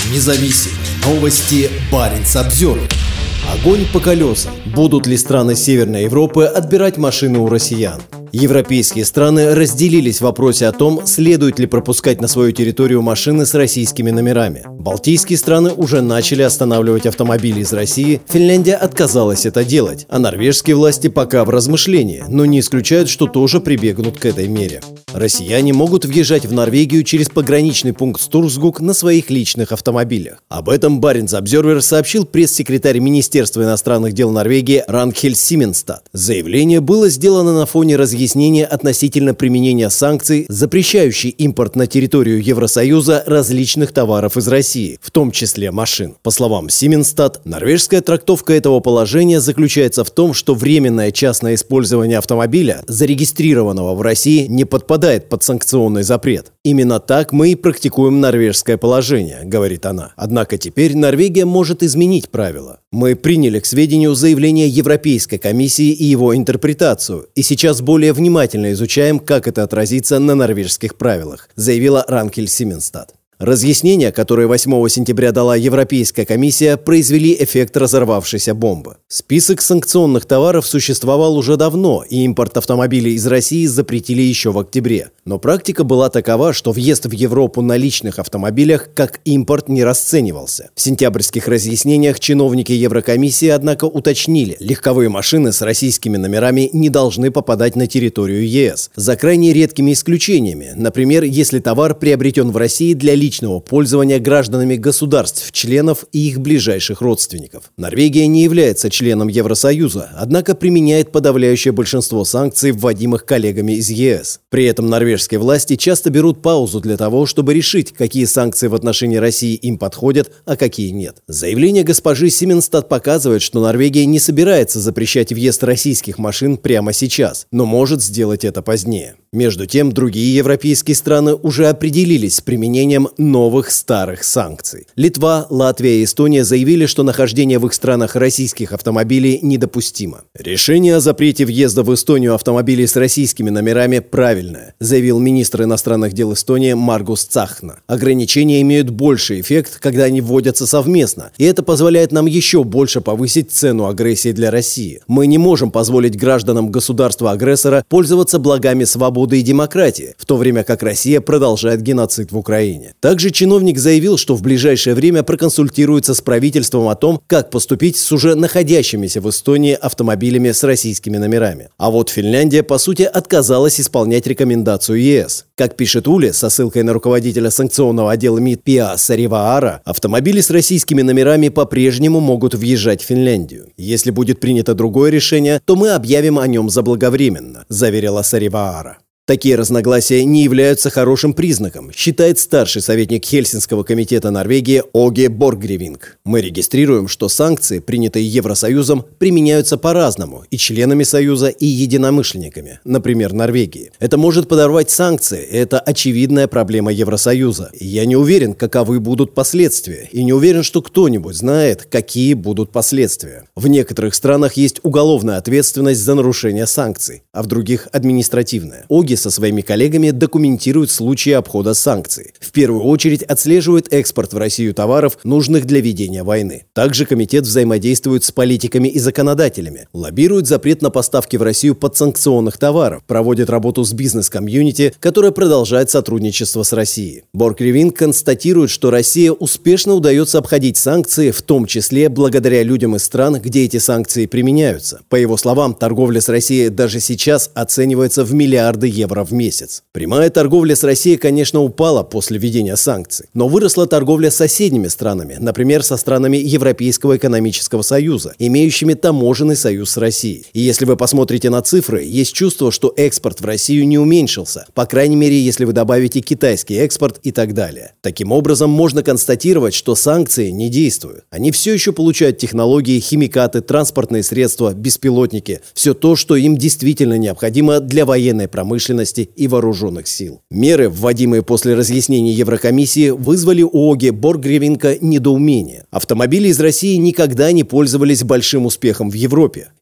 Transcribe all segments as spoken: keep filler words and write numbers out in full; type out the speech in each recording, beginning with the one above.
Независим. Новости Баренц-Обзервер. Огонь по колесам. Будут ли страны Северной Европы отбирать машины у россиян? Европейские страны разделились в вопросе о том, следует ли пропускать на свою территорию машины с российскими номерами. Балтийские страны уже начали останавливать автомобили из России, Финляндия отказалась это делать, а норвежские власти пока в размышлении, но не исключают, что тоже прибегнут к этой мере. Россияне могут въезжать в Норвегию через пограничный пункт Стурсгук на своих личных автомобилях. Об этом Баренц-Обзервер сообщил пресс-секретарь Министерства иностранных дел Норвегии Ранхельд Сименстад. Заявление было сделано на фоне разъяснения относительно применения санкций, запрещающих импорт на территорию Евросоюза различных товаров из России, в том числе машин. По словам Сименстад, норвежская трактовка этого положения заключается в том, что временное частное использование автомобиля, зарегистрированного в России, не подпадает под санкционный запрет. Именно так мы и практикуем норвежское положение, говорит она. Однако теперь Норвегия может изменить правила. Мы приняли к сведению заявление Европейской комиссии и его интерпретацию, и сейчас более внимательно изучаем, как это отразится на норвежских правилах, заявила Ранхельд Сименстад. Разъяснения, которые восьмого сентября дала Европейская комиссия, произвели эффект разорвавшейся бомбы. Список санкционных товаров существовал уже давно, и импорт автомобилей из России запретили еще в октябре. Но практика была такова, что въезд в Европу на личных автомобилях как импорт не расценивался. В сентябрьских разъяснениях чиновники Еврокомиссии, однако, уточнили, легковые машины с российскими номерами не должны попадать на территорию ЕС, за крайне редкими исключениями, например, если товар приобретен в России для личных личного пользования гражданами государств-членов и их ближайших родственников. Норвегия не является членом Евросоюза, однако применяет подавляющее большинство санкций, вводимых коллегами из ЕС. При этом норвежские власти часто берут паузу для того, чтобы решить, какие санкции в отношении России им подходят, а какие нет. Заявление госпожи Сименстад показывает, что Норвегия не собирается запрещать въезд российских машин прямо сейчас, но может сделать это позднее. Между тем, другие европейские страны уже определились с применением новых старых санкций. Литва, Латвия и Эстония заявили, что нахождение в их странах российских автомобилей недопустимо. Решение о запрете въезда в Эстонию автомобилей с российскими номерами правильное, заявил министр иностранных дел Эстонии Маргус Цахна. Ограничения имеют больший эффект, когда они вводятся совместно, и это позволяет нам еще больше повысить цену агрессии для России. Мы не можем позволить гражданам государства-агрессора пользоваться благами свободы и демократии, в то время как Россия продолжает геноцид в Украине. Также чиновник заявил, что в ближайшее время проконсультируется с правительством о том, как поступить с уже находящимися в Эстонии автомобилями с российскими номерами. А вот Финляндия, по сути, отказалась исполнять рекомендацию ЕС. Как пишет Уле, со ссылкой на руководителя санкционного отдела МИД Пиа Сариваара, автомобили с российскими номерами по-прежнему могут въезжать в Финляндию. Если будет принято другое решение, то мы объявим о нем заблаговременно, заверила Сариваара. Такие разногласия не являются хорошим признаком, считает старший советник Хельсинского комитета Норвегии Оге Боргревинг. Мы регистрируем, что санкции, принятые Евросоюзом, применяются по-разному и членами Союза, и единомышленниками, например, Норвегии. Это может подорвать санкции, и это очевидная проблема Евросоюза. И я не уверен, каковы будут последствия, и не уверен, что кто-нибудь знает, какие будут последствия. В некоторых странах есть уголовная ответственность за нарушение санкций, а в других – административная. Оге со своими коллегами документируют случаи обхода санкций. В первую очередь отслеживают экспорт в Россию товаров, нужных для ведения войны. Также комитет взаимодействует с политиками и законодателями, лоббирует запрет на поставки в Россию подсанкционных товаров, проводит работу с бизнес-комьюнити, которая продолжает сотрудничество с Россией. Боргревинг констатирует, что Россия успешно удается обходить санкции, в том числе благодаря людям из стран, где эти санкции применяются. По его словам, торговля с Россией даже сейчас оценивается в миллиарды евро в месяц. Прямая торговля с Россией, конечно, упала после введения санкций, но выросла торговля с соседними странами, например, со странами Европейского экономического союза, имеющими таможенный союз с Россией. И если вы посмотрите на цифры, есть чувство, что экспорт в Россию не уменьшился, по крайней мере, если вы добавите китайский экспорт и так далее. Таким образом, можно констатировать, что санкции не действуют. Они все еще получают технологии, химикаты, транспортные средства, беспилотники, все то, что им действительно необходимо для военной промышленности и вооруженных сил. Меры, вводимые после разъяснений Еврокомиссии, вызвали у Оге Боргревинга недоумение. Автомобили из России никогда не пользовались большим успехом в Европе.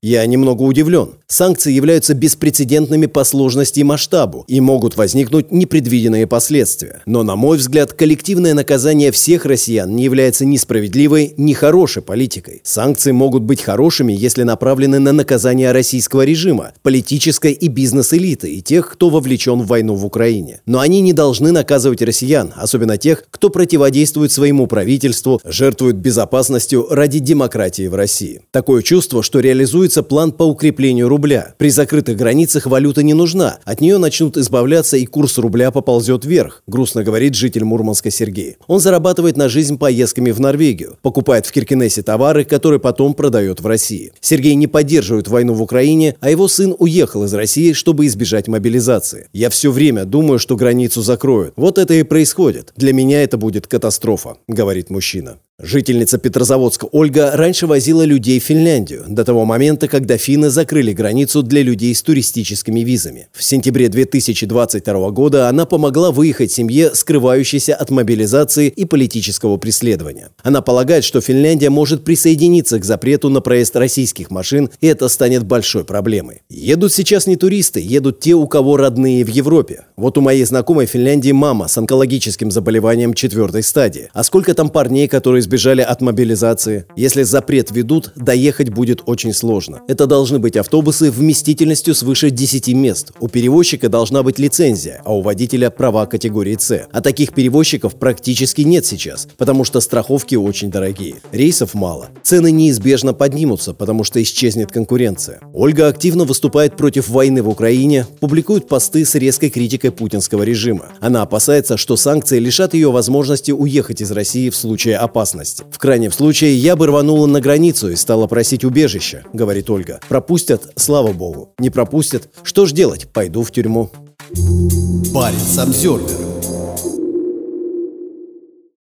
Я немного удивлен. Санкции являются беспрецедентными по сложности и масштабу, и могут возникнуть непредвиденные последствия. Но, на мой взгляд, коллективное наказание всех россиян не является ни справедливой, ни хорошей политикой. Санкции могут быть хорошими, если направлены на наказание российского режима, политической и бизнес-элиты и тех, кто вовлечен в войну в Украине. Но они не должны наказывать россиян, особенно тех, кто противодействует своему правительству, жертвует безопасностью ради демократии в России. Такое чувство, что реализуется план по укреплению рубля. При закрытых границах валюта не нужна, от нее начнут избавляться и курс рубля поползет вверх, грустно говорит житель Мурманска Сергей. Он зарабатывает на жизнь поездками в Норвегию, покупает в Киркенесе товары, которые потом продает в России. Сергей не поддерживает войну в Украине, а его сын уехал из России, чтобы избежать мобилизации. Я все время думаю, что границу закроют. Вот это и происходит. Для меня это будет катастрофа, говорит мужчина. Жительница Петрозаводска Ольга раньше возила людей в Финляндию, до того момента, когда финны закрыли границу для людей с туристическими визами. В сентябре две тысячи двадцать второго года она помогла выехать семье, скрывающейся от мобилизации и политического преследования. Она полагает, что Финляндия может присоединиться к запрету на проезд российских машин, и это станет большой проблемой. Едут сейчас не туристы, едут те, у кого родные в Европе. Вот у моей знакомой в Финляндии мама с онкологическим заболеванием четвертой стадии. А сколько там парней, которые сбежали от мобилизации? Если запрет ведут, доехать будет очень сложно. Это должны быть автобусы вместительностью свыше десяти мест. У перевозчика должна быть лицензия, а у водителя права категории С. А таких перевозчиков практически нет сейчас, потому что страховки очень дорогие. Рейсов мало. Цены неизбежно поднимутся, потому что исчезнет конкуренция. Ольга активно выступает против войны в Украине, публикует посты с резкой критикой путинского режима. Она опасается, что санкции лишат ее возможности уехать из России в случае опасности. В крайнем случае, я бы рванула на границу и стала просить убежища, говорит Ольга. Пропустят, слава богу. Не пропустят, что ж делать? Пойду в тюрьму. Баренц Обзервер.